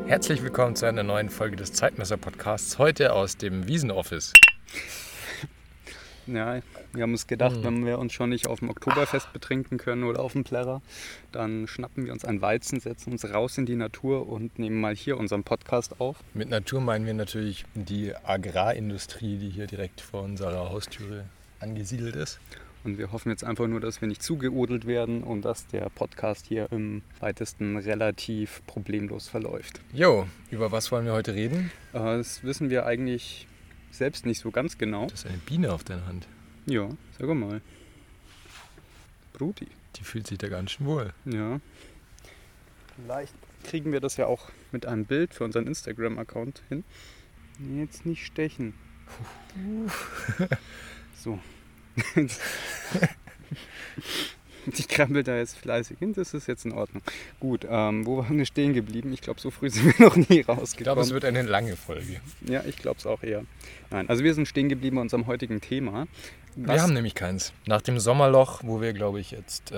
Herzlich willkommen zu einer neuen Folge des Zeitmesser-Podcasts, heute aus dem Wiesenoffice. Ja, wir haben uns gedacht, wenn wir uns schon nicht auf dem Oktoberfest betrinken können oder auf dem Plärrer, dann schnappen wir uns einen Weizen, setzen uns raus in die Natur und nehmen mal hier unseren Podcast auf. Mit Natur meinen wir natürlich die Agrarindustrie, die hier direkt vor unserer Haustüre angesiedelt ist. Und wir hoffen jetzt einfach nur, dass wir nicht zugeodelt werden und dass der Podcast hier im weitesten relativ problemlos verläuft. Jo, über was wollen wir heute reden? Das wissen wir eigentlich selbst nicht so ganz genau. Das ist eine Biene auf deiner Hand. Ja, sag mal. Bruti. Die fühlt sich da ganz schön wohl. Ja. Vielleicht kriegen wir das ja auch mit einem Bild für unseren Instagram-Account hin. Jetzt nicht stechen. So. Ich krabbel da jetzt fleißig hin, das ist jetzt in Ordnung. Gut, wo waren wir stehen geblieben? Ich glaube, so früh sind wir noch nie rausgekommen. Ich glaube, es wird eine lange Folge. Ja, ich glaube es auch eher. Nein, also wir sind stehen geblieben bei unserem heutigen Thema. Wir haben nämlich keins. Nach dem Sommerloch, wo wir, glaube ich, jetzt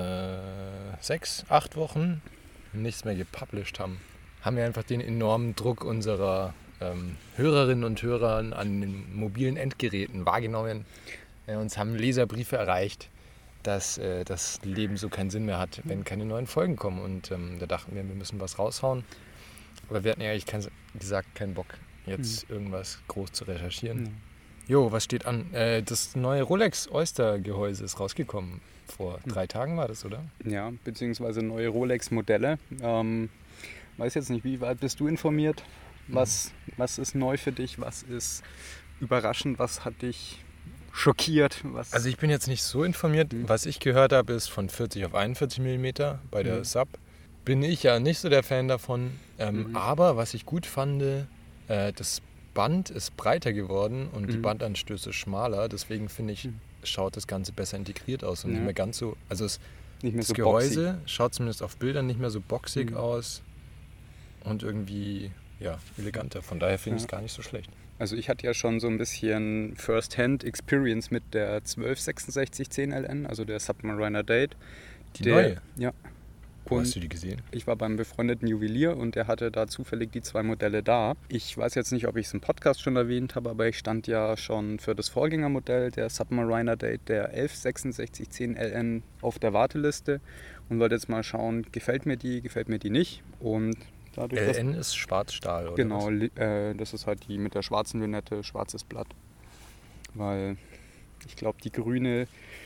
6, 8 Wochen nichts mehr gepublished haben, haben wir einfach den enormen Druck unserer Hörerinnen und Hörer an den mobilen Endgeräten wahrgenommen. Uns haben Leserbriefe erreicht, dass das Leben so keinen Sinn mehr hat, wenn keine neuen Folgen kommen. Und da dachten wir müssen was raushauen. Aber wir hatten ja eigentlich keinen Bock, jetzt irgendwas groß zu recherchieren. Jo, was steht an? Das neue Rolex Oyster-Gehäuse ist rausgekommen. Vor 3 Tagen war das, oder? Ja, beziehungsweise neue Rolex-Modelle. Weiß jetzt nicht, wie weit bist du informiert? Was ist neu für dich? Was ist überraschend? Was hat dich schockiert? Also ich bin jetzt nicht so informiert. Was ich gehört habe, ist von 40 auf 41 mm bei der Sub. Bin ich ja nicht so der Fan davon. Aber was ich gut fand, das Band ist breiter geworden und die Bandanstöße schmaler. Deswegen finde ich, schaut das Ganze besser integriert aus und nicht mehr ganz so... Also das so Gehäuse schaut zumindest auf Bildern nicht mehr so boxig aus und irgendwie eleganter. Von daher finde ich es gar nicht so schlecht. Also ich hatte ja schon so ein bisschen First-Hand-Experience mit der 126610 LN, also der Submariner Date. Die neue? Ja. Wo hast du die gesehen? Ich war beim befreundeten Juwelier und der hatte da zufällig die 2 Modelle da. Ich weiß jetzt nicht, ob ich es im Podcast schon erwähnt habe, aber ich stand ja schon für das Vorgängermodell der Submariner Date, der 116610 LN, auf der Warteliste und wollte jetzt mal schauen, gefällt mir die nicht. Und dadurch, LN ist Schwarzstahl, oder? Genau, das ist halt die mit der schwarzen Lünette, schwarzes Blatt. Weil ich glaube, die grüne,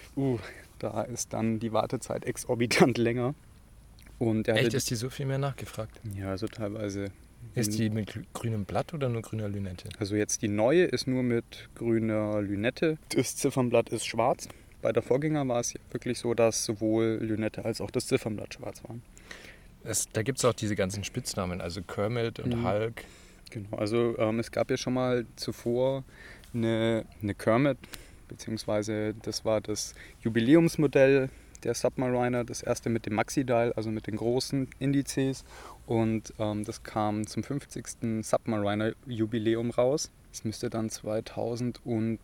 da ist dann die Wartezeit exorbitant länger. Und echt, ist die so viel mehr nachgefragt? Ja, also teilweise. Ist die mit grünem Blatt oder nur grüner Lünette? Also jetzt die neue ist nur mit grüner Lünette. Das Ziffernblatt ist schwarz. Bei der Vorgänger war es ja wirklich so, dass sowohl Lünette als auch das Ziffernblatt schwarz waren. Da gibt es auch diese ganzen Spitznamen, also Kermit und Hulk. Genau, also es gab ja schon mal zuvor eine Kermit, beziehungsweise das war das Jubiläumsmodell der Submariner, das erste mit dem Maxi-Dial, also mit den großen Indizes. Und das kam zum 50. Submariner-Jubiläum raus. Das müsste dann 2003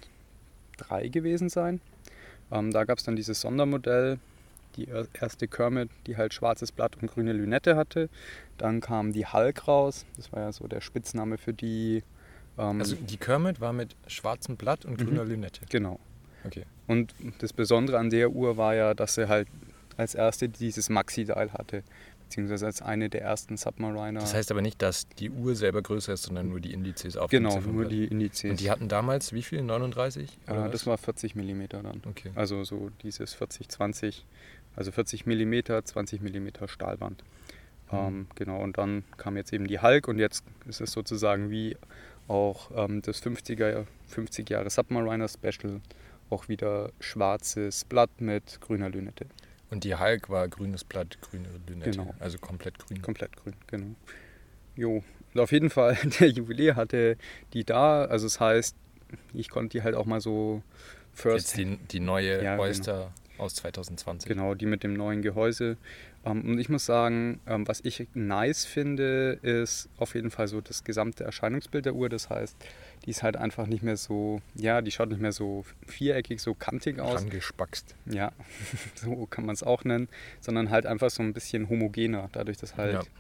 gewesen sein. Da gab es dann dieses Sondermodell, die erste Kermit, die halt schwarzes Blatt und grüne Lünette hatte. Dann kam die Hulk raus, das war ja so der Spitzname für die... also die Kermit war mit schwarzem Blatt und grüner Lünette? Genau. Okay. Und das Besondere an der Uhr war ja, dass sie halt als erste dieses Maxi-Dial hatte, beziehungsweise als eine der ersten Submariner. Das heißt aber nicht, dass die Uhr selber größer ist, sondern nur die Indizes auf dem Ziffernblatt. Genau, nur die Indizes. Und die hatten damals wie viel? 39? Das war 40 mm dann. Okay. Also so dieses 40-20, also 40 mm, 20 mm Stahlband. Genau, und dann kam jetzt eben die Hulk und jetzt ist es sozusagen wie auch das 50 Jahre Submariner Special, auch wieder schwarzes Blatt mit grüner Lünette. Und die Hulk war grünes Blatt, grüne Lünette, Genau. Also komplett grün. Komplett grün, genau. Jo, und auf jeden Fall, der Juwelier hatte die da, also das heißt, ich konnte die halt auch mal so Jetzt die neue Oyster genau. aus 2020. Genau, die mit dem neuen Gehäuse. Und ich muss sagen, was ich nice finde, ist auf jeden Fall so das gesamte Erscheinungsbild der Uhr. Das heißt, die ist halt einfach nicht mehr so, die schaut nicht mehr so viereckig, so kantig aus. Angespackst. Ja, so kann man es auch nennen. Sondern halt einfach so ein bisschen homogener, dadurch, dass halt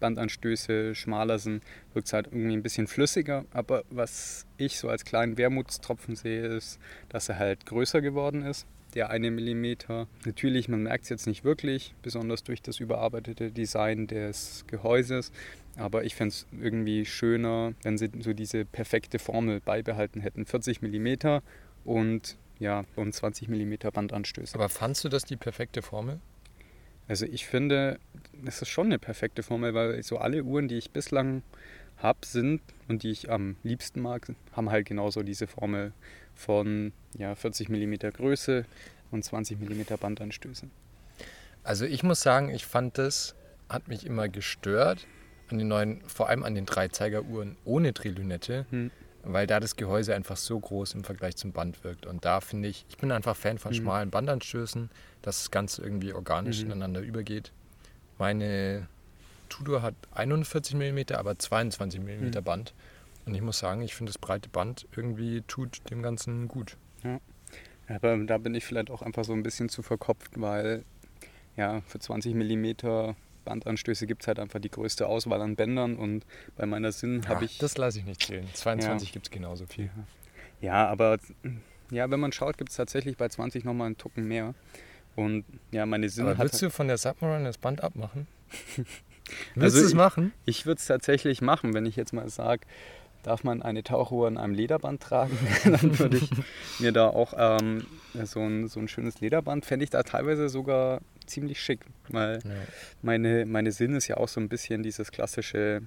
Bandanstöße schmaler sind, wirkt es halt irgendwie ein bisschen flüssiger. Aber was ich so als kleinen Wermutstropfen sehe, ist, dass er halt größer geworden ist, der 1 Millimeter. Natürlich, man merkt es jetzt nicht wirklich, besonders durch das überarbeitete Design des Gehäuses. Aber ich fände es irgendwie schöner, wenn sie so diese perfekte Formel beibehalten hätten. 40 Millimeter und 20 Millimeter Bandanstöße. Aber fandst du das die perfekte Formel? Also ich finde, das ist schon eine perfekte Formel, weil so alle Uhren, die ich bislang habe, sind und die ich am liebsten mag, haben halt genauso diese Formel von 40 mm Größe und 20 mm Bandanstöße. Also ich muss sagen, ich fand hat mich immer gestört an den neuen, vor allem an den Dreizeigeruhren ohne Drehlünette, weil da das Gehäuse einfach so groß im Vergleich zum Band wirkt. Und da finde ich bin einfach Fan von schmalen Bandanstößen, dass das Ganze irgendwie organisch ineinander übergeht. Meine Tudor hat 41 mm, aber 22 mm Band. Und ich muss sagen, ich finde das breite Band irgendwie tut dem Ganzen gut. Ja. Aber da bin ich vielleicht auch einfach so ein bisschen zu verkopft, weil für 20 mm Bandanstöße gibt es halt einfach die größte Auswahl an Bändern und bei meiner Sinn habe ich... Das lasse ich nicht zählen. 22 gibt es genauso viel. Ja, aber wenn man schaut, gibt es tatsächlich bei 20 nochmal einen Tucken mehr. Und meine Sinn aber würdest du von der Submarine das Band abmachen? Willst du es machen? Ich würde es tatsächlich machen, wenn ich jetzt mal sage, darf man eine Tauchuhr an einem Lederband tragen, dann würde ich mir da auch so ein schönes Lederband, fände ich da teilweise sogar ziemlich schick, weil meine Sinn ist ja auch so ein bisschen dieses klassische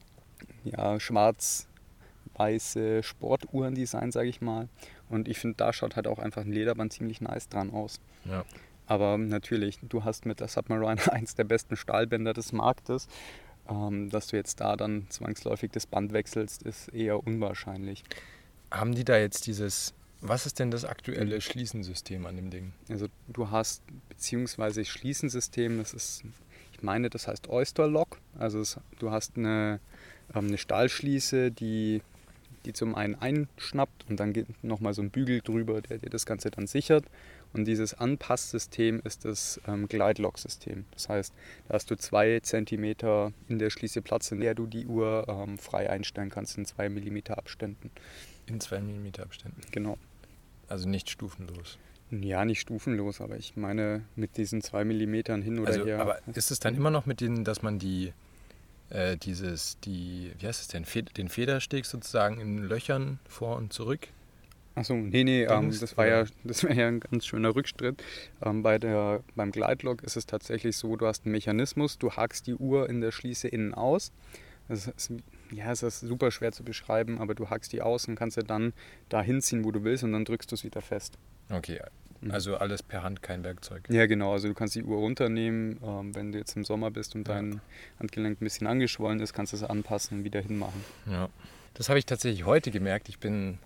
schwarz-weiße Sportuhrendesign, sage ich mal. Und ich finde, da schaut halt auch einfach ein Lederband ziemlich nice dran aus. Ja. Aber natürlich, du hast mit der Submariner eins der besten Stahlbänder des Marktes. Dass du jetzt da dann zwangsläufig das Band wechselst, ist eher unwahrscheinlich. Haben die da jetzt was ist denn das aktuelle Schließensystem an dem Ding? Also du hast, beziehungsweise Schließensystem, ich meine, das heißt Oyster Lock. Also du hast eine Stahlschließe, die zum einen einschnappt und dann geht nochmal so ein Bügel drüber, der dir das Ganze dann sichert. Und dieses Anpasssystem ist das Glide-Lock-System. Das heißt, da hast du 2 cm in der Schließe Platz, in der du die Uhr frei einstellen kannst in 2 mm Abständen. In 2 mm Abständen? Genau. Also nicht stufenlos? Ja, nicht stufenlos, aber ich meine mit diesen 2 mm hin oder her. Aber ist es dann immer noch mit denen, dass man wie heißt es denn, den Federsteg sozusagen in Löchern vor und zurück? Achso, nee, das wäre ja ein ganz schöner Rückschritt. Beim Glide-Lock ist es tatsächlich so, du hast einen Mechanismus, du hakst die Uhr in der Schließe innen aus. Es ist super schwer zu beschreiben, aber du hakst die aus und kannst sie dann da hinziehen, wo du willst und dann drückst du es wieder fest. Okay, also alles per Hand, kein Werkzeug. Ja, genau, also du kannst die Uhr runternehmen, wenn du jetzt im Sommer bist und dein Handgelenk ein bisschen angeschwollen ist, kannst du es anpassen und wieder hinmachen. Ja, das habe ich tatsächlich heute gemerkt. Ich bin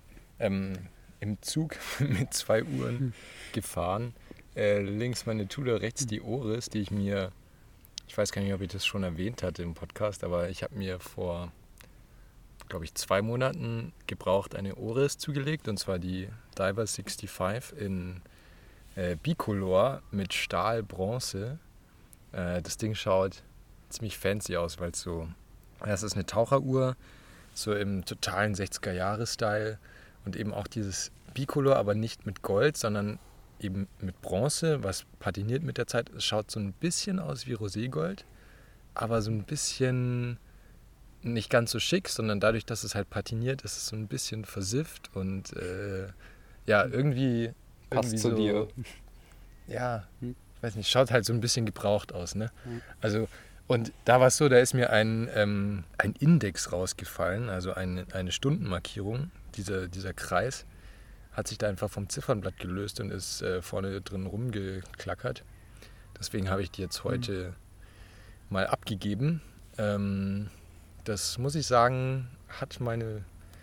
im Zug mit 2 Uhren gefahren. Links meine Tudor, rechts die Oris, die ich weiß gar nicht, ob ich das schon erwähnt hatte im Podcast, aber ich habe mir vor, glaube ich, 2 Monaten gebraucht eine Oris zugelegt, und zwar die Diver 65 in Bicolor mit Stahl-Bronze. Das Ding schaut ziemlich fancy aus, weil es ist eine Taucheruhr, so im totalen 60er-Jahre-Style. Und eben auch dieses Bicolor, aber nicht mit Gold, sondern eben mit Bronze, was patiniert mit der Zeit. Es schaut so ein bisschen aus wie Roségold, aber so ein bisschen nicht ganz so schick, sondern dadurch, dass es halt patiniert, ist es so ein bisschen versifft und irgendwie passt zu so, dir. Ja, ich weiß nicht, schaut halt so ein bisschen gebraucht aus, ne? Also, und da war es so, da ist mir ein Index rausgefallen, also eine Stundenmarkierung. Dieser Kreis hat sich da einfach vom Ziffernblatt gelöst und ist vorne drin rumgeklackert. Deswegen habe ich die jetzt heute mal abgegeben. Das muss ich sagen, hat meine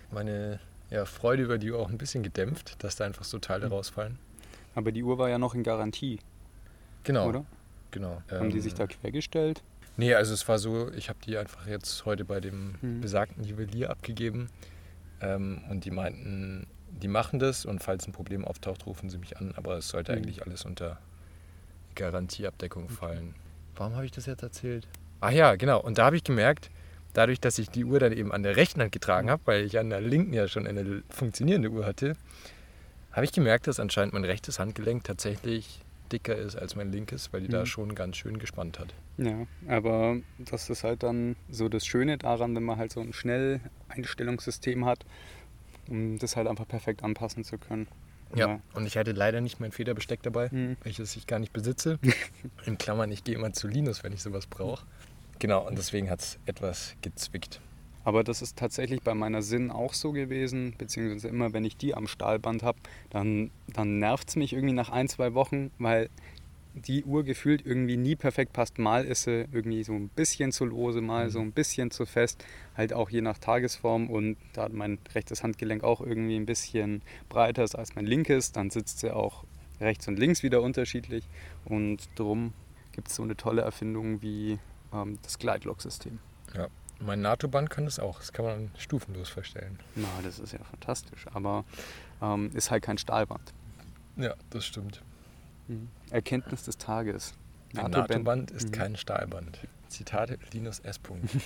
Freude über die Uhr auch ein bisschen gedämpft, dass da einfach so Teile rausfallen. Aber die Uhr war ja noch in Garantie. Genau. Oder? Genau. Haben die sich da quergestellt? Nee, also es war so, ich habe die einfach jetzt heute bei dem besagten Juwelier abgegeben. Und die meinten, die machen das und falls ein Problem auftaucht, rufen sie mich an. Aber es sollte eigentlich alles unter Garantieabdeckung fallen. Warum habe ich das jetzt erzählt? Ach ja, genau. Und da habe ich gemerkt, dadurch, dass ich die Uhr dann eben an der rechten Hand getragen habe, weil ich an der linken ja schon eine funktionierende Uhr hatte, habe ich gemerkt, dass anscheinend mein rechtes Handgelenk tatsächlich dicker ist als mein linkes, weil die da schon ganz schön gespannt hat. Ja, aber das ist halt dann so das Schöne daran, wenn man halt so ein Schnelleinstellungssystem hat, um das halt einfach perfekt anpassen zu können. Ja, und ich hatte leider nicht mein Federbesteck dabei, welches ich gar nicht besitze. In Klammern, ich gehe immer zu Linus, wenn ich sowas brauche. Genau, und deswegen hat es etwas gezwickt. Aber das ist tatsächlich bei meiner Sinn auch so gewesen, beziehungsweise immer, wenn ich die am Stahlband habe, dann nervt es mich irgendwie nach 1-2 Wochen, weil die Uhr gefühlt irgendwie nie perfekt passt. Mal ist sie irgendwie so ein bisschen zu lose, mal so ein bisschen zu fest, halt auch je nach Tagesform. Und da hat mein rechtes Handgelenk auch irgendwie ein bisschen breiter ist als mein linkes. Dann sitzt sie auch rechts und links wieder unterschiedlich. Und drum gibt es so eine tolle Erfindung wie das Gleitlock-System. Ja, mein NATO-Band kann das auch. Das kann man stufenlos verstellen. Na, das ist ja fantastisch, aber ist halt kein Stahlband. Ja, das stimmt. Erkenntnis des Tages. Ein NATO-Band ist kein Stahlband. Zitat Linus S.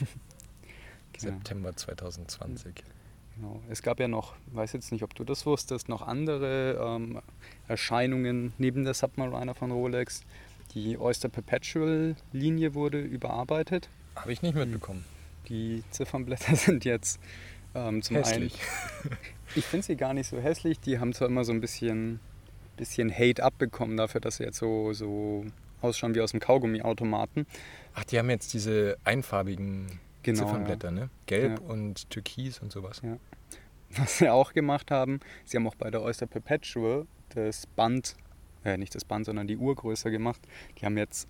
September 2020. Genau. Es gab ja noch, weiß jetzt nicht, ob du das wusstest, noch andere Erscheinungen neben der Submariner von Rolex. Die Oyster Perpetual Linie wurde überarbeitet. Habe ich nicht mitbekommen. Die Ziffernblätter sind jetzt zum hässlich. einen... Ich finde sie gar nicht so hässlich. Die haben zwar immer so ein bisschen Hate abbekommen dafür, dass sie jetzt so ausschauen wie aus dem Kaugummiautomaten. Ach, die haben jetzt diese einfarbigen Ziffernblätter, ja. ne? Gelb und Türkis und sowas. Ja. Was sie auch gemacht haben, sie haben auch bei der Oyster Perpetual das Band, nicht das Band, sondern die Uhr größer gemacht. Die haben jetzt,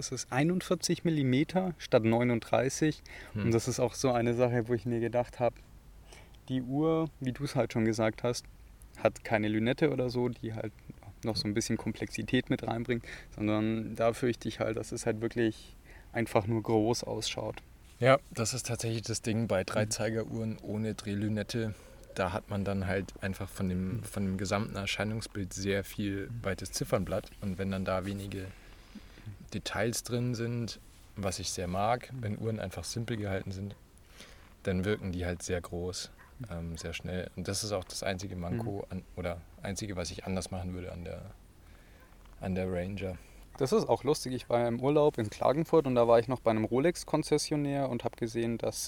41 mm statt 39. Und das ist auch so eine Sache, wo ich mir gedacht habe, die Uhr, wie du es halt schon gesagt hast, hat keine Lünette oder so, die halt noch so ein bisschen Komplexität mit reinbringt, sondern da fürchte ich halt, dass es halt wirklich einfach nur groß ausschaut. Ja, das ist tatsächlich das Ding bei Dreizeigeruhren ohne Drehlünette. Da hat man dann halt einfach von dem gesamten Erscheinungsbild sehr viel weites Ziffernblatt. Und wenn dann da wenige Details drin sind, was ich sehr mag, wenn Uhren einfach simpel gehalten sind, dann wirken die halt sehr groß, sehr schnell. Und das ist auch das einzige Manko oder einzige, was ich anders machen würde an der Ranger. Das ist auch lustig. Ich war ja im Urlaub in Klagenfurt und da war ich noch bei einem Rolex-Konzessionär und habe gesehen, dass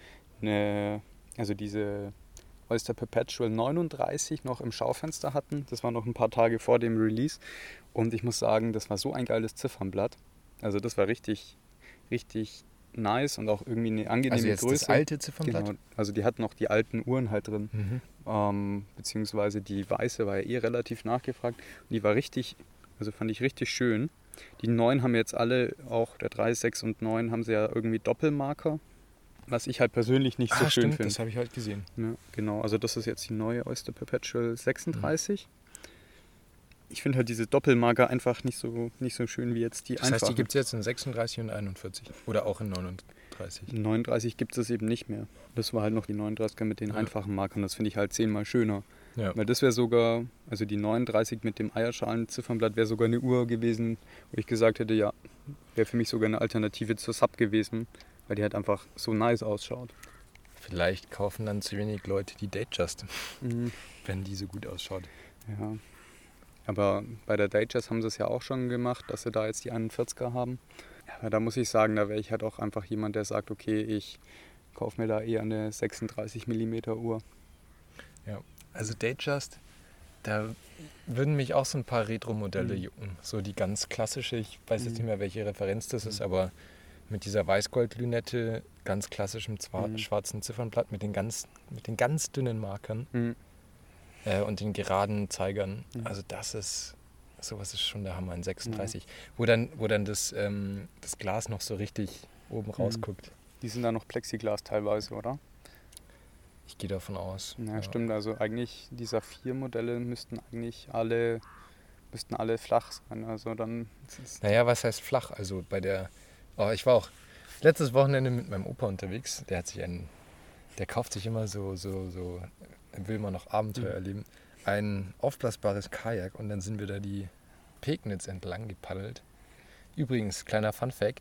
diese Oyster Perpetual 39 noch im Schaufenster hatten. Das war noch ein paar Tage vor dem Release. Und ich muss sagen, das war so ein geiles Ziffernblatt. Also das war richtig, richtig nice und auch irgendwie eine angenehme Also jetzt Größe. das alte Ziffernblatt? Genau. Also die hatten noch die alten Uhren halt drin. Beziehungsweise die weiße war ja relativ nachgefragt. Und die war richtig, also fand ich richtig schön. Die neuen haben jetzt alle, auch der 3, 6 und 9, haben sie ja irgendwie Doppelmarker. Was ich halt persönlich nicht so schön finde. Das habe ich halt gesehen. Ja, genau, also das ist jetzt die neue Oyster Perpetual 36. Ich finde halt diese Doppelmarker einfach nicht so schön wie jetzt die einfachen. Das heißt, die gibt es jetzt in 36 und 41 oder auch in 39? 39 gibt es eben nicht mehr. Das war halt noch die 39er mit den einfachen Markern. Das finde ich halt 10-mal schöner. Ja. Weil das wäre sogar, also die 39 mit dem Eierschalen-Ziffernblatt wäre sogar eine Uhr gewesen, wo ich gesagt hätte, ja, wäre für mich sogar eine Alternative zur Sub gewesen, weil die halt einfach so nice ausschaut. Vielleicht kaufen dann zu wenig Leute die Datejust, wenn die so gut ausschaut. Ja, aber bei der Datejust haben sie es ja auch schon gemacht, dass sie da jetzt die 41er haben. Ja, da muss ich sagen, da wäre ich halt auch einfach jemand, der sagt, okay, ich kaufe mir da eher eine 36 mm Uhr. Ja, also Datejust, da würden mich auch so ein paar Retro-Modelle jucken. So die ganz klassische, ich weiß jetzt nicht mehr, welche Referenz das ist, aber mit dieser Weißgold-Lünette, ganz klassischem schwarzen Ziffernblatt mit den ganz dünnen Markern und den geraden Zeigern. Also sowas ist schon der Hammer in 36. Wo dann das Glas noch so richtig oben rausguckt. Die sind da noch Plexiglas teilweise, oder? Ich gehe davon aus. Ja, stimmt. Also eigentlich dieser 4 Modelle müssten alle flach sein. Also dann. Naja, was heißt flach? Also ich war auch letztes Wochenende mit meinem Opa unterwegs. Der kauft sich immer so, will immer noch Abenteuer erleben, ein aufblasbares Kajak und dann sind wir da die Pegnitz entlang gepaddelt. Übrigens, kleiner Fun Fact,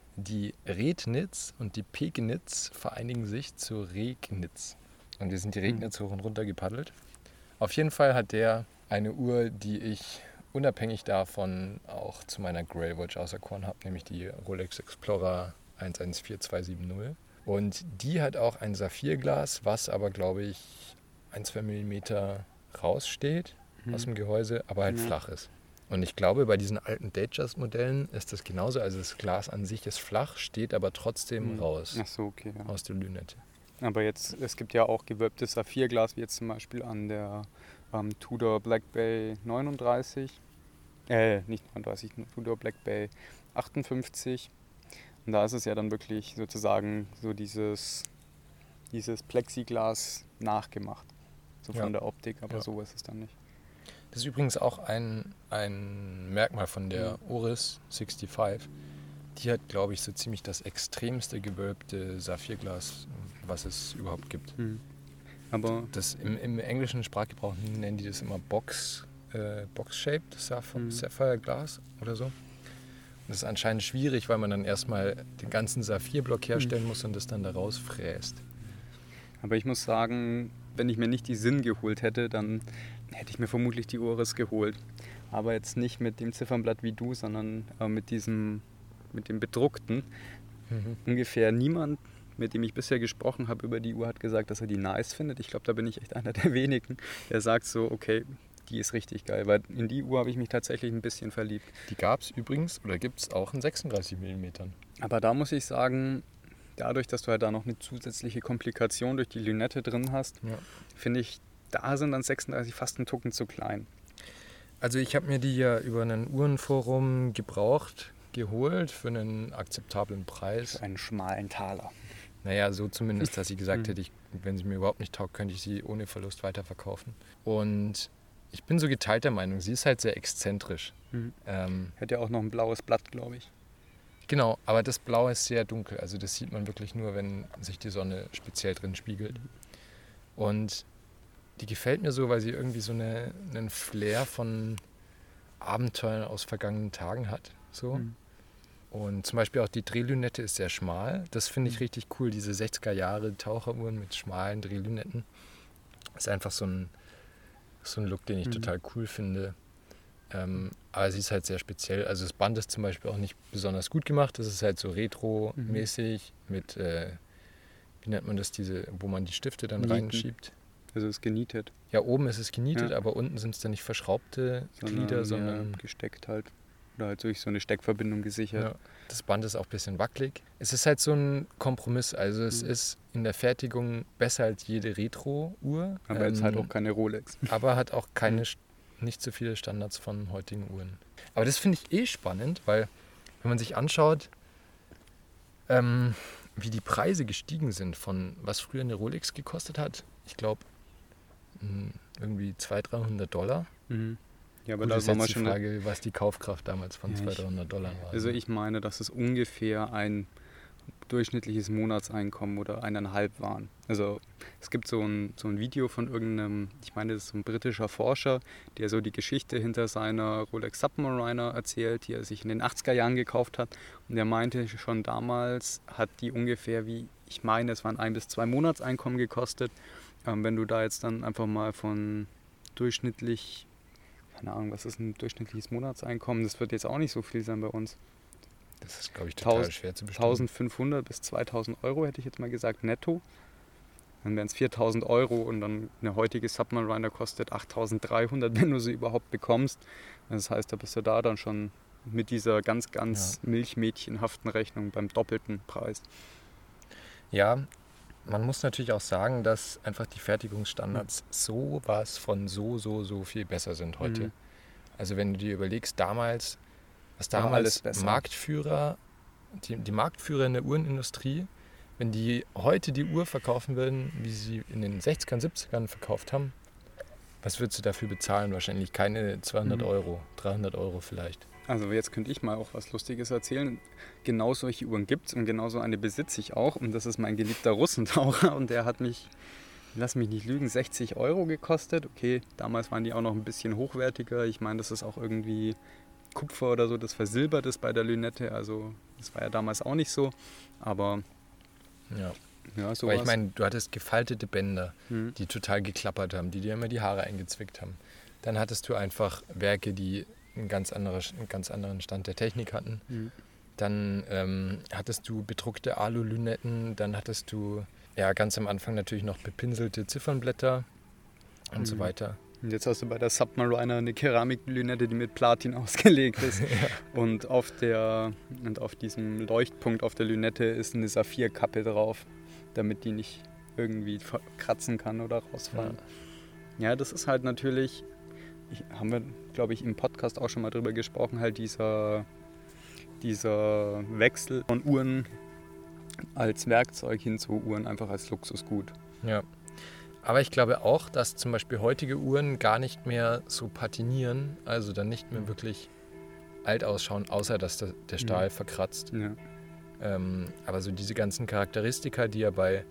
Die Rednitz und die Pegnitz vereinigen sich zur Regnitz. Und wir sind die Regnitz hoch und runter gepaddelt. Auf jeden Fall hat der eine Uhr, die ich unabhängig davon auch zu meiner Grailwatch auserkoren habe, nämlich die Rolex Explorer 114270. Und die hat auch ein Saphirglas, was aber, glaube ich, 1-2 Millimeter raussteht aus dem Gehäuse, aber halt flach ist. Und ich glaube, bei diesen alten Datejust-Modellen ist das genauso. Also das Glas an sich ist flach, steht aber trotzdem raus Ach so, okay. Ja. aus der Lünette. Aber jetzt, es gibt ja auch gewölbtes Saphirglas, wie jetzt zum Beispiel an der Tudor Black Bay 39. Nicht 39, Tudor Black Bay 58. Und da ist es ja dann wirklich sozusagen so dieses Plexiglas nachgemacht. So von der Optik, aber so ist es dann nicht. Das ist übrigens auch ein Merkmal von der Oris 65. Die hat, glaube ich, so ziemlich das extremste gewölbte Saphirglas, was es überhaupt gibt. Aber das im englischen Sprachgebrauch nennen die das immer Box-Shaped Sapphire Glas oder so. Und das ist anscheinend schwierig, weil man dann erstmal den ganzen Saphirblock herstellen muss und das dann da rausfräst. Aber ich muss sagen, wenn ich mir nicht die Sinn geholt hätte, dann hätte ich mir vermutlich die Oris geholt. Aber jetzt nicht mit dem Ziffernblatt wie du, sondern mit dem bedruckten. Ungefähr niemand, mit dem ich bisher gesprochen habe über die Uhr, hat gesagt, dass er die nice findet. Ich glaube, da bin ich echt einer der wenigen, der sagt so, okay, die ist richtig geil. Weil in die Uhr habe ich mich tatsächlich ein bisschen verliebt. Die gab es übrigens, oder gibt es auch in 36 mm. Aber da muss ich sagen, dadurch, dass du halt da noch eine zusätzliche Komplikation durch die Lünette drin hast, finde ich, da sind dann 36 fast einen Tucken zu klein. Also ich habe mir die ja über ein Uhrenforum gebraucht geholt für einen akzeptablen Preis. Für einen schmalen Taler. Naja, so zumindest, dass sie gesagt hätte, wenn sie mir überhaupt nicht taugt, könnte ich sie ohne Verlust weiterverkaufen. Und ich bin so geteilter Meinung, sie ist halt sehr exzentrisch. Hat ja auch noch ein blaues Blatt, glaube ich. Genau, aber das Blau ist sehr dunkel. Also das sieht man wirklich nur, wenn sich die Sonne speziell drin spiegelt. Und die gefällt mir so, weil sie irgendwie so einen Flair von Abenteuern aus vergangenen Tagen hat. So. Und zum Beispiel auch die Drehlünette ist sehr schmal. Das finde ich richtig cool, diese 60er Jahre Taucheruhren mit schmalen Drehlünetten. Das ist einfach so ein Look, den ich total cool finde. Aber sie ist halt sehr speziell. Also das Band ist zum Beispiel auch nicht besonders gut gemacht. Das ist halt so retro-mäßig mit, wie nennt man das, wo man die Stifte dann reinschiebt. Also es ist genietet. Ja, oben ist es genietet, aber unten sind es dann nicht verschraubte Glieder, sondern gesteckt halt. Oder halt durch so eine Steckverbindung gesichert. Ja. Das Band ist auch ein bisschen wackelig. Es ist halt so ein Kompromiss. Also es ist in der Fertigung besser als jede Retro-Uhr. Aber jetzt halt auch keine Rolex. Aber hat auch nicht so viele Standards von heutigen Uhren. Aber das finde ich spannend, weil wenn man sich anschaut, wie die Preise gestiegen sind von was früher eine Rolex gekostet hat, ich glaube irgendwie $200-300. Ja, aber gut, da ist war jetzt mal die schon Frage, was die Kaufkraft damals von $200-300 war. Also ich meine, dass es ungefähr ein durchschnittliches Monatseinkommen oder 1,5 waren. Also es gibt so ein Video von irgendeinem, ich meine, das ist so ein britischer Forscher, der so die Geschichte hinter seiner Rolex Submariner erzählt, die er sich in den 80er Jahren gekauft hat. Und er meinte, schon damals hat die ungefähr, wie ich meine, es waren 1 bis 2 Monatseinkommen gekostet. Wenn du da jetzt dann einfach mal von durchschnittlich, keine Ahnung, was ist ein durchschnittliches Monatseinkommen, das wird jetzt auch nicht so viel sein bei uns. Das ist, glaube ich, total schwer zu bestimmen. 1.500 bis 2.000 Euro, hätte ich jetzt mal gesagt, netto. Dann wären es 4.000 Euro und dann eine heutige Submariner kostet 8.300, wenn du sie überhaupt bekommst. Das heißt, da bist du da dann schon mit dieser ganz milchmädchenhaften Rechnung beim doppelten Preis. Ja, man muss natürlich auch sagen, dass einfach die Fertigungsstandards sowas von so viel besser sind heute. Also wenn du dir überlegst, damals Marktführer, die Marktführer in der Uhrenindustrie, wenn die heute die Uhr verkaufen würden, wie sie in den 60ern, 70ern verkauft haben, was würdest du dafür bezahlen? Wahrscheinlich keine 200 Euro, 300 Euro vielleicht. Also jetzt könnte ich mal auch was Lustiges erzählen. Genau solche Uhren gibt es und genau so eine besitze ich auch. Und das ist mein geliebter Russentaucher und der hat mich, lass mich nicht lügen, 60 Euro gekostet. Okay, damals waren die auch noch ein bisschen hochwertiger. Ich meine, das ist auch irgendwie Kupfer oder so, das versilbert ist bei der Lünette. Also das war ja damals auch nicht so. Aber Ja. ja, sowas. Weil ich meine, du hattest gefaltete Bänder, die total geklappert haben, die dir immer die Haare eingezwickt haben. Dann hattest du einfach Werke, die einen ganz anderen Stand der Technik hatten. Dann hattest du bedruckte Alu-Lünetten, dann hattest du ja ganz am Anfang natürlich noch bepinselte Ziffernblätter und so weiter. Und jetzt hast du bei der Submariner eine Keramiklünette, die mit Platin ausgelegt ist. Und auf diesem Leuchtpunkt auf der Lünette ist eine Saphirkappe drauf, damit die nicht irgendwie kratzen kann oder rausfallen. Ja, das ist halt natürlich, haben wir, glaube ich, im Podcast auch schon mal drüber gesprochen, halt dieser Wechsel von Uhren als Werkzeug hin zu Uhren einfach als Luxusgut. Ja. Aber ich glaube auch, dass zum Beispiel heutige Uhren gar nicht mehr so patinieren, also dann nicht mehr wirklich alt ausschauen, außer dass der Stahl verkratzt. Ja. Aber so diese ganzen Charakteristika, die ja bei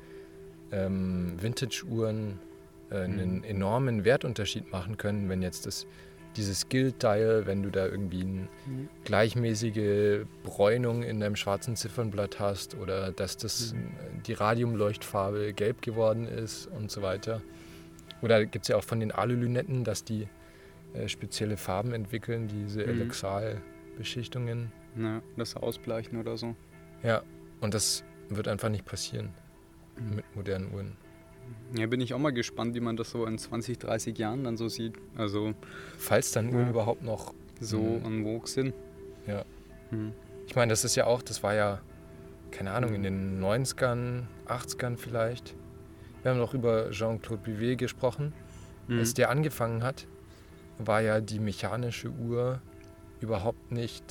Vintage-Uhren einen enormen Wertunterschied machen können, wenn jetzt dieses Guild-Dial, wenn du da irgendwie eine gleichmäßige Bräunung in deinem schwarzen Ziffernblatt hast oder dass die Radiumleuchtfarbe gelb geworden ist und so weiter. Oder gibt es ja auch von den Alu-Lünetten, dass die spezielle Farben entwickeln, diese Elixal-Beschichtungen. Ja, das Ausbleichen oder so. Ja, und das wird einfach nicht passieren mit modernen Uhren. Ja, bin ich auch mal gespannt, wie man das so in 20, 30 Jahren dann so sieht. Also falls dann Uhren überhaupt noch so en vogue sind. Ja. Ich meine, das war ja, keine Ahnung, in den 90ern, 80ern vielleicht. Wir haben noch über Jean-Claude Bivet gesprochen. Als der angefangen hat, war ja die mechanische Uhr überhaupt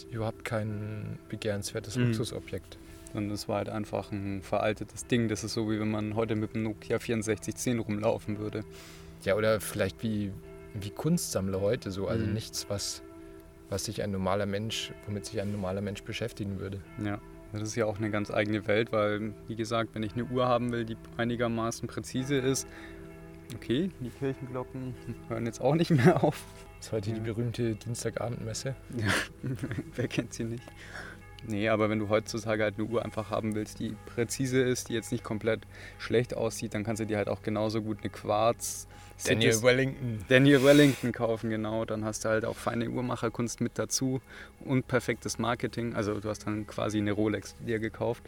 kein begehrenswertes Luxusobjekt. Und es war halt einfach ein veraltetes Ding. Das ist so, wie wenn man heute mit einem Nokia 6410 rumlaufen würde. Ja, oder vielleicht wie Kunstsammler heute so. Also nichts, womit sich ein normaler Mensch beschäftigen würde. Ja, das ist ja auch eine ganz eigene Welt, weil, wie gesagt, wenn ich eine Uhr haben will, die einigermaßen präzise ist, okay, die Kirchenglocken hören jetzt auch nicht mehr auf. Das ist heute die berühmte Dienstagabendmesse. Ja, wer kennt sie nicht? Nee, aber wenn du heutzutage halt eine Uhr einfach haben willst, die präzise ist, die jetzt nicht komplett schlecht aussieht, dann kannst du dir halt auch genauso gut eine Quarz Daniel Wellington kaufen, genau. Dann hast du halt auch feine Uhrmacherkunst mit dazu und perfektes Marketing. Also du hast dann quasi eine Rolex dir gekauft.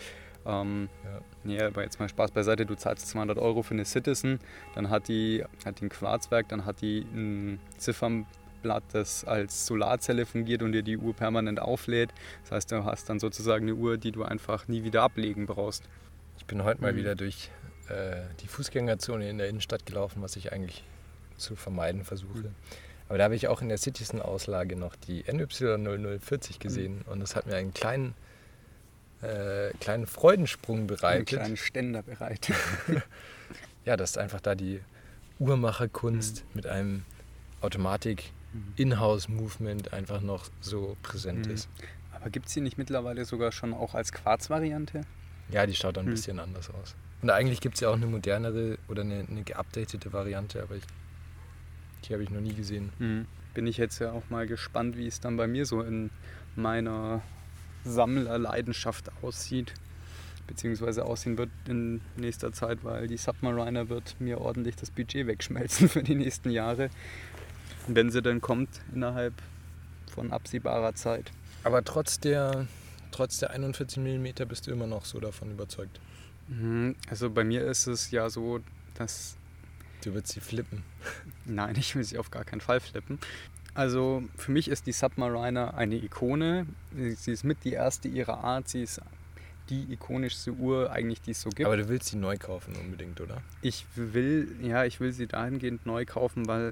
Ja, aber jetzt mal Spaß beiseite, du zahlst 200 € für eine Citizen, dann hat die ein Quarzwerk, dann hat die ein Ziffernblatt, das als Solarzelle fungiert und dir die Uhr permanent auflädt. Das heißt, du hast dann sozusagen eine Uhr, die du einfach nie wieder ablegen brauchst. Ich bin heute mal wieder durch die Fußgängerzone in der Innenstadt gelaufen, was ich eigentlich zu vermeiden versuche. Aber da habe ich auch in der Citizen-Auslage noch die NY0040 gesehen und das hat mir einen kleinen Freudensprung bereitet. Einen kleinen Ständer bereitet. Ja, dass einfach da die Uhrmacherkunst mit einem Automatik-Inhouse-Movement einfach noch so präsent ist. Aber gibt es die nicht mittlerweile sogar schon auch als Quarz-Variante? Ja, die schaut dann ein bisschen anders aus. Und eigentlich gibt es ja auch eine modernere oder eine geupdatete Variante, aber die habe ich noch nie gesehen. Bin ich jetzt ja auch mal gespannt, wie es dann bei mir so in meiner Sammlerleidenschaft aussieht, beziehungsweise aussehen wird in nächster Zeit, weil die Submariner wird mir ordentlich das Budget wegschmelzen für die nächsten Jahre, wenn sie dann kommt innerhalb von absehbarer Zeit. Aber trotz der 41 mm bist du immer noch so davon überzeugt? Also bei mir ist es ja so, dass... Du willst sie flippen? Nein, ich will sie auf gar keinen Fall flippen. Also für mich ist die Submariner eine Ikone. Sie ist mit die erste ihrer Art. Sie ist die ikonischste Uhr eigentlich, die es so gibt. Aber du willst sie neu kaufen unbedingt, oder? Ich will sie dahingehend neu kaufen, weil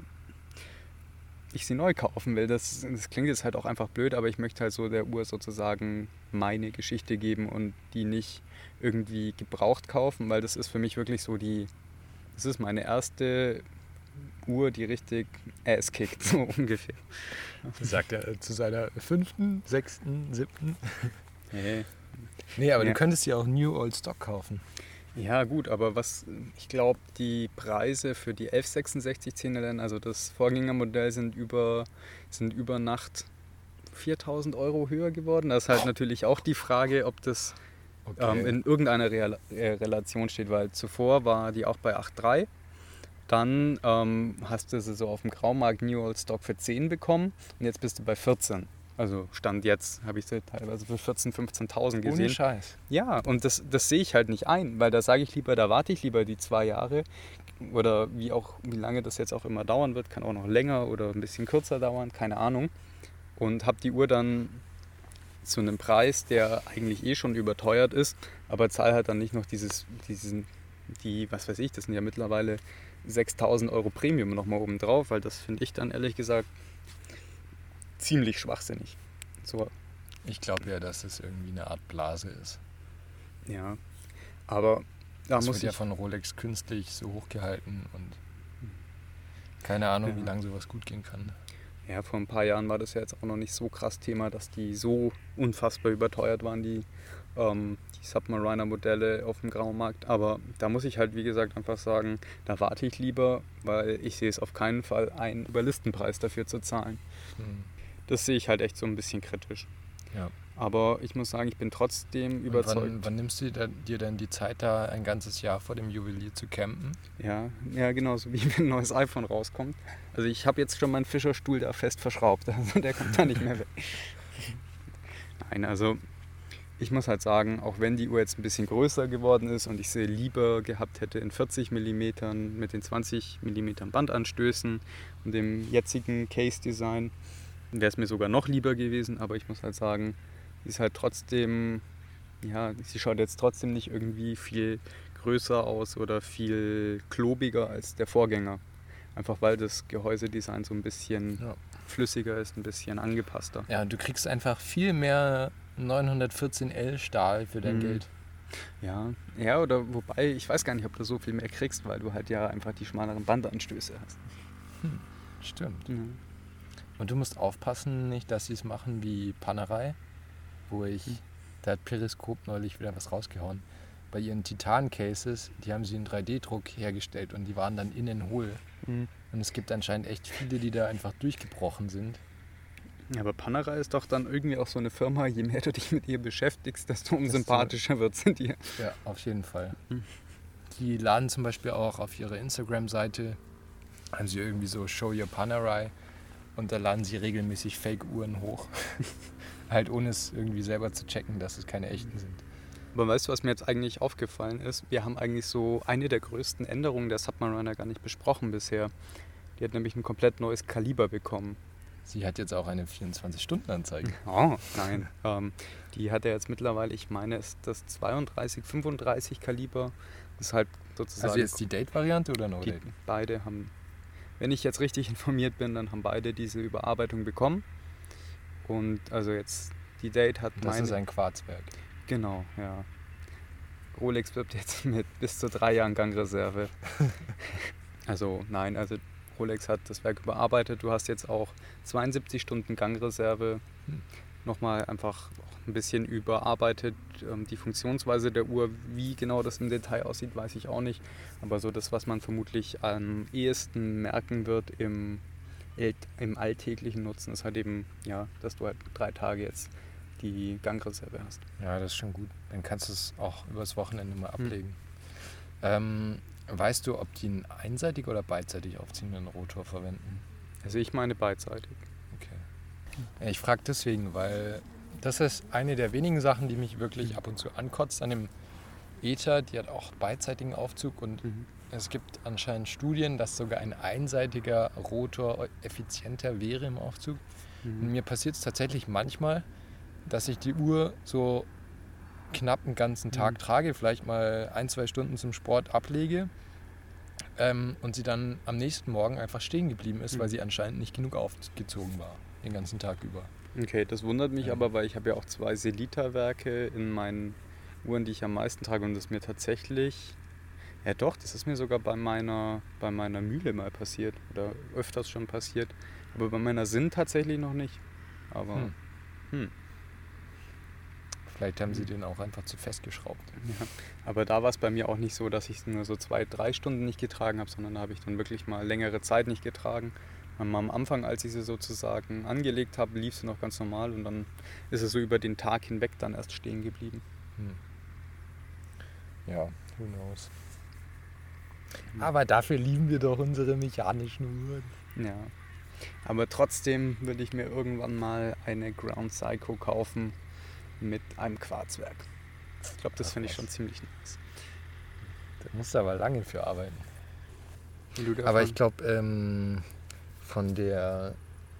ich sie neu kaufen will. Das klingt jetzt halt auch einfach blöd, aber ich möchte halt so der Uhr sozusagen meine Geschichte geben und die nicht irgendwie gebraucht kaufen, weil das ist für mich wirklich so das ist meine erste Uhr, die richtig Ass kickt, so ungefähr. Sagt er zu seiner 5., 6., 7. Hey. Nee, aber du könntest sie auch New Old Stock kaufen. Ja gut, aber ich glaube, die Preise für die 1166 10LN, also das Vorgängermodell, sind über Nacht 4.000 Euro höher geworden. Da ist halt natürlich auch die Frage, ob das Okay. in irgendeiner Relation steht, weil zuvor war die auch bei 8,3. Dann hast du sie so auf dem Graumarkt New Old Stock für 10 bekommen und jetzt bist du bei 14. Also Stand jetzt habe ich sie teilweise für 14.000, 15.000 gesehen. Ohne Scheiß. Ja, und das sehe ich halt nicht ein, weil da sage ich lieber, da warte ich lieber die 2 Jahre oder wie lange das jetzt auch immer dauern wird, kann auch noch länger oder ein bisschen kürzer dauern, keine Ahnung. Und habe die Uhr dann zu einem Preis, der eigentlich eh schon überteuert ist, aber zahle halt dann nicht noch was weiß ich, das sind ja mittlerweile 6.000 Euro Premium nochmal oben drauf, weil das finde ich dann ehrlich gesagt ziemlich schwachsinnig. So, Ich glaube ja, dass es irgendwie eine Art Blase ist. ja, aber da Das muss wird ja ich... von Rolex künstlich so hochgehalten und keine Ahnung, Ja. wie lange sowas gut gehen kann. Ja, vor ein paar Jahren war das ja jetzt auch noch nicht so krass Thema, dass die so unfassbar überteuert waren, die Submariner-Modelle auf dem Graumarkt. Aber da muss ich halt, wie gesagt, einfach sagen, da warte ich lieber, weil ich sehe es auf keinen Fall ein, Überlistenpreis dafür zu zahlen. Hm. Das sehe ich halt echt so ein bisschen kritisch. Ja. Aber ich muss sagen, ich bin trotzdem Und überzeugt. wann nimmst du dir denn die Zeit, da ein ganzes Jahr vor dem Juwelier zu campen? Ja, genau, so wie wenn ein neues iPhone rauskommt. Also ich habe jetzt schon meinen Fischerstuhl da fest verschraubt, also der kommt da nicht mehr weg. Nein, also ich muss halt sagen, auch wenn die Uhr jetzt ein bisschen größer geworden ist und ich sie lieber gehabt hätte in 40 mm mit den 20 mm Bandanstößen und dem jetzigen Case-Design, wäre es mir sogar noch lieber gewesen, aber ich muss halt sagen, sie ist halt trotzdem, ja, sie schaut jetzt trotzdem nicht irgendwie viel größer aus oder viel klobiger als der Vorgänger. Einfach weil das Gehäusedesign so ein bisschen Ja. flüssiger ist, ein bisschen angepasster. Ja, du kriegst einfach viel mehr 914L Stahl für dein Mhm. Geld. Ja, oder wobei, ich weiß gar nicht, ob du so viel mehr kriegst, weil du halt ja einfach die schmaleren Bandanstöße hast. Stimmt. Mhm. Und du musst aufpassen, nicht, dass sie es machen wie Panerai, da hat Periskop neulich wieder was rausgehauen. Bei ihren Titan-Cases, die haben sie in 3D-Druck hergestellt und die waren dann innen hohl. Mhm. Und es gibt anscheinend echt viele, die da einfach durchgebrochen sind. Ja, aber Panerai ist doch dann irgendwie auch so eine Firma, je mehr du dich mit ihr beschäftigst, desto Desto- unsympathischer wird sie dir. Ja, auf jeden Fall. Hm. Die laden zum Beispiel auch auf ihrer Instagram-Seite, haben sie irgendwie so Show Your Panerai und da laden sie regelmäßig Fake-Uhren hoch. Halt ohne es irgendwie selber zu checken, dass es keine echten sind. Aber weißt du, was mir jetzt eigentlich aufgefallen ist? Wir haben eigentlich so eine der größten Änderungen der Submariner gar nicht besprochen bisher. Die hat nämlich ein komplett neues Kaliber bekommen. Sie hat jetzt auch eine 24-Stunden-Anzeige. Oh, nein. Die hat ja jetzt mittlerweile, ich meine, ist das 32, 35 Kaliber. Das ist halt sozusagen... Also jetzt die Date-Variante oder die No-Date? beide haben, wenn ich jetzt richtig informiert bin, dann haben beide diese Überarbeitung bekommen. Und also jetzt die Date hat Das ist ein Quarzwerk. Genau, ja. Rolex wirbt jetzt mit bis zu 3 Jahren Gangreserve. Also nein, also Rolex hat das Werk überarbeitet. Du hast jetzt auch 72 Stunden Gangreserve. Nochmal einfach ein bisschen überarbeitet. Die Funktionsweise der Uhr, wie genau das im Detail aussieht, weiß ich auch nicht. Aber so das, was man vermutlich am ehesten merken wird im alltäglichen Nutzen, ist halt eben, ja, dass du halt 3 Tage jetzt die Gangreserve hast. Ja, das ist schon gut. Dann kannst du es auch übers Wochenende mal ablegen. Weißt du, ob die einen einseitig oder beidseitig aufziehenden Rotor verwenden? Also ich meine beidseitig. Okay. Ja, ich frage deswegen, weil das ist eine der wenigen Sachen, die mich wirklich ab und zu ankotzt an dem Ether. Die hat auch beidseitigen Aufzug und es gibt anscheinend Studien, dass sogar ein einseitiger Rotor effizienter wäre im Aufzug. Und mir passiert es tatsächlich manchmal, dass ich die Uhr so knapp einen ganzen Tag trage, vielleicht mal 1-2 Stunden zum Sport ablege und sie dann am nächsten Morgen einfach stehen geblieben ist, weil sie anscheinend nicht genug aufgezogen war, den ganzen Tag über. Okay, das wundert mich Ja. aber, weil ich habe ja auch 2 Selita-Werke in meinen Uhren, die ich am meisten trage und das ist mir tatsächlich, ja doch, das ist mir sogar bei meiner Mühle mal passiert oder öfters schon passiert, aber bei meiner Sinn tatsächlich noch nicht. Aber Vielleicht haben sie den auch einfach zu fest geschraubt. ja, aber da war es bei mir auch nicht so, dass ich es nur so 2-3 Stunden nicht getragen habe, sondern da habe ich dann wirklich mal längere Zeit nicht getragen Am Anfang, als ich sie sozusagen angelegt habe, lief sie noch ganz normal und dann ist es so über den Tag hinweg dann erst stehen geblieben. Ja, who knows. Aber dafür lieben wir doch unsere mechanischen Uhren. Ja. Aber trotzdem würde ich mir irgendwann mal eine Ground Psycho kaufen mit einem Quarzwerk. Ich glaube, das finde ich schon ziemlich nice. Da musst du aber lange für arbeiten. Aber Aber ich glaube, von der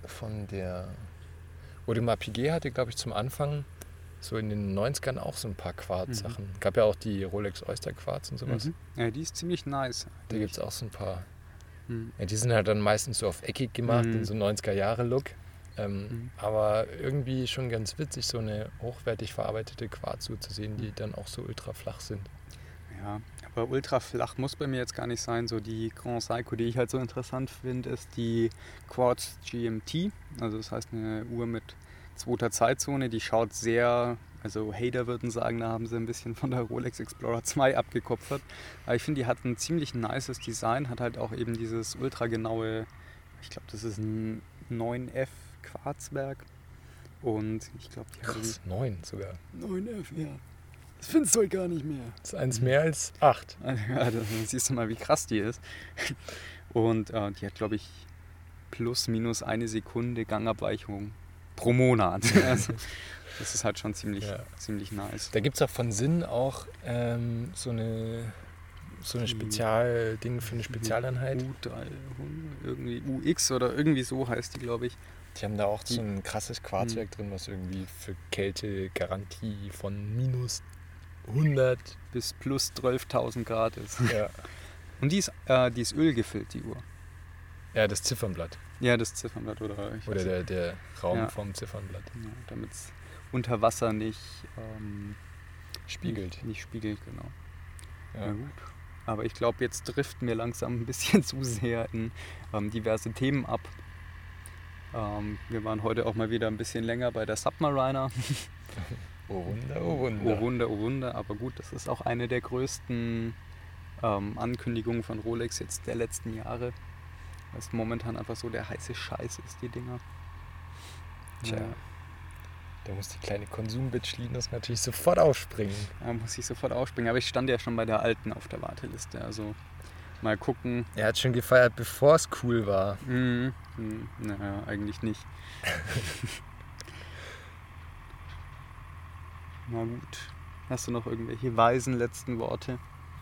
Audemars Piguet hatte, glaube ich, zum Anfang so in den 90ern auch so ein paar Quarz-Sachen. Gab ja auch die Rolex Oyster Quarz und sowas. Ja, die ist ziemlich nice. Da gibt es auch so ein paar. Ja, die sind halt dann meistens so auf eckig gemacht, in so 90er-Jahre-Look. Aber irgendwie schon ganz witzig, so eine hochwertig verarbeitete Quarzuhr zu sehen, die dann auch so ultra flach sind. Ja, aber ultra flach muss bei mir jetzt gar nicht sein. So die Grand Seiko, die ich halt so interessant finde, ist die Quartz GMT. Also das heißt eine Uhr mit 2. Zeitzone. Die schaut sehr, also Hater würden sagen, da haben sie ein bisschen von der Rolex Explorer 2 abgekupfert. Aber ich finde, die hat ein ziemlich nices Design, hat halt auch eben dieses ultra genaue, ich glaube, das ist ein 9F Quarzwerk. Und ich glaube, die Krass, 9 sogar. 9F, ja. Das findest du halt gar nicht mehr. Das ist eins mehr als 8. Ja, dann siehst du mal, wie krass die ist. Und die hat, glaube ich, plus minus 1 Sekunde Gangabweichung pro Monat. Also, das ist halt schon ziemlich nice. Da gibt es auch von Sinn auch so eine Spezialding für eine Spezialeinheit. U300, irgendwie UX oder irgendwie so heißt die, glaube ich. Die haben da auch so ein krasses Quarzwerk drin, was irgendwie für Kältegarantie von minus 100 bis plus 12.000 Grad ist. Ja. Und die ist ölgefüllt, die Uhr. Ja, das Ziffernblatt. Ja, das Ziffernblatt oder der Raum vom Ziffernblatt. Ja, damit es unter Wasser nicht spiegelt. Nicht spiegelt, genau. Ja. Na gut. Aber ich glaube, jetzt driften wir langsam ein bisschen zu sehr in diverse Themen ab. Wir waren heute auch mal wieder ein bisschen länger bei der Submariner. Oh Wunder, oh Wunder. Oh Wunder, oh Wunder. Aber gut, das ist auch eine der größten Ankündigungen von Rolex jetzt der letzten Jahre. Weil es momentan einfach so der heiße Scheiß ist, die Dinger. Tja, da muss die kleine Konsumbitch Linus natürlich sofort aufspringen. Da muss ich sofort aufspringen. Aber ich stand ja schon bei der alten auf der Warteliste. Also mal gucken. Er hat schon gefeiert, bevor es cool war. Naja, eigentlich nicht. Na gut. Hast du noch irgendwelche weisen letzten Worte?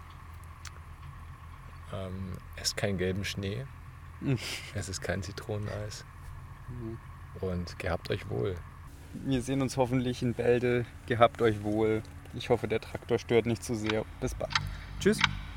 Esst keinen gelben Schnee. Es ist kein Zitroneneis. Und gehabt euch wohl. Wir sehen uns hoffentlich in Bälde. Gehabt euch wohl. Ich hoffe, der Traktor stört nicht zu sehr. Bis bald. Tschüss.